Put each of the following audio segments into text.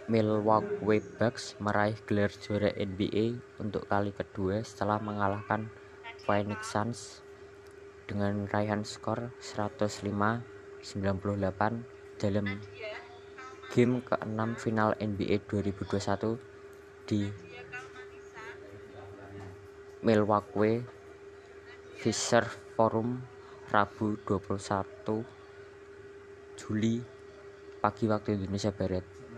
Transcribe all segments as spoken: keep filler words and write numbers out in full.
Milwaukee Bucks meraih gelar juara N B A untuk kali kedua setelah mengalahkan Phoenix Suns dengan raihan skor seratus lima sembilan puluh delapan dalam game keenam final N B A dua ribu dua puluh satu di Milwaukee Fiserv Forum Rabu dua puluh satu Juli pagi waktu Indonesia Barat.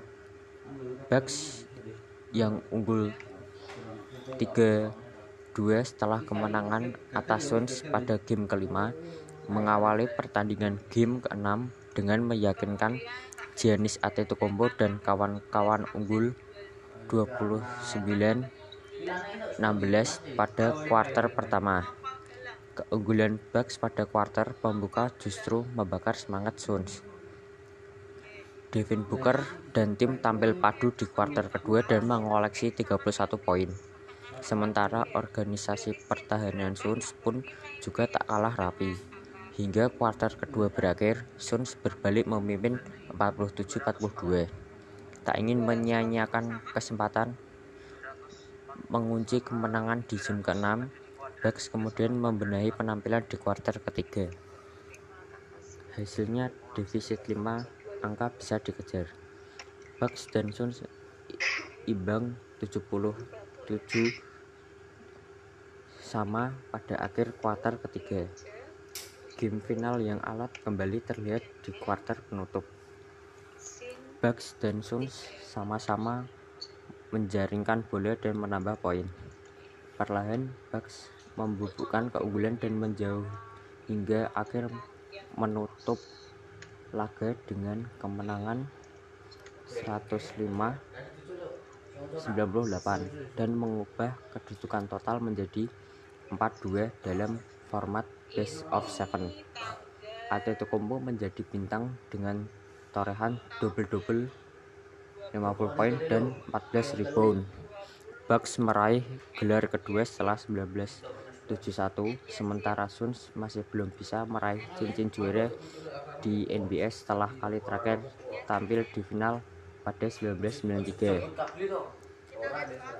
Bucks yang unggul tiga dua setelah kemenangan atas Suns pada game kelima mengawali pertandingan game keenam dengan meyakinkan Giannis Antetokounmpo dan kawan-kawan unggul dua puluh sembilan enam belas pada kuarter pertama. Keunggulan Bucks pada kuarter pembuka justru membakar semangat Suns. Devin Booker dan tim tampil padu di kuarter kedua dan mengoleksi tiga puluh satu poin. Sementara organisasi pertahanan Suns pun juga tak kalah rapi. Hingga kuarter kedua berakhir, Suns berbalik memimpin empat puluh tujuh empat puluh dua. Tak ingin menyia-nyiakan kesempatan mengunci kemenangan di game keenam, Bucks kemudian membenahi penampilan di kuarter ketiga. Hasilnya defisit lima angka bisa dikejar. Bucks dan Suns imbang tujuh puluh tujuh sama pada akhir kuarter ketiga. Game final yang alot kembali terlihat di kuarter penutup. Bucks dan Suns sama-sama menjaringkan bola dan menambah poin. Perlahan Bucks membubukkan keunggulan dan menjauh hingga akhir menutup laga dengan kemenangan seratus lima sembilan puluh delapan dan mengubah kedudukan total menjadi empat dua dalam format best of seven. Antetokounmpo menjadi bintang dengan torehan double-double lima puluh poin dan empat belas rebound. Bucks meraih gelar kedua setelah seribu sembilan ratus tujuh puluh satu, sementara Suns masih belum bisa meraih cincin juara di N B A setelah kali terakhir tampil di final pada seribu sembilan ratus sembilan puluh tiga.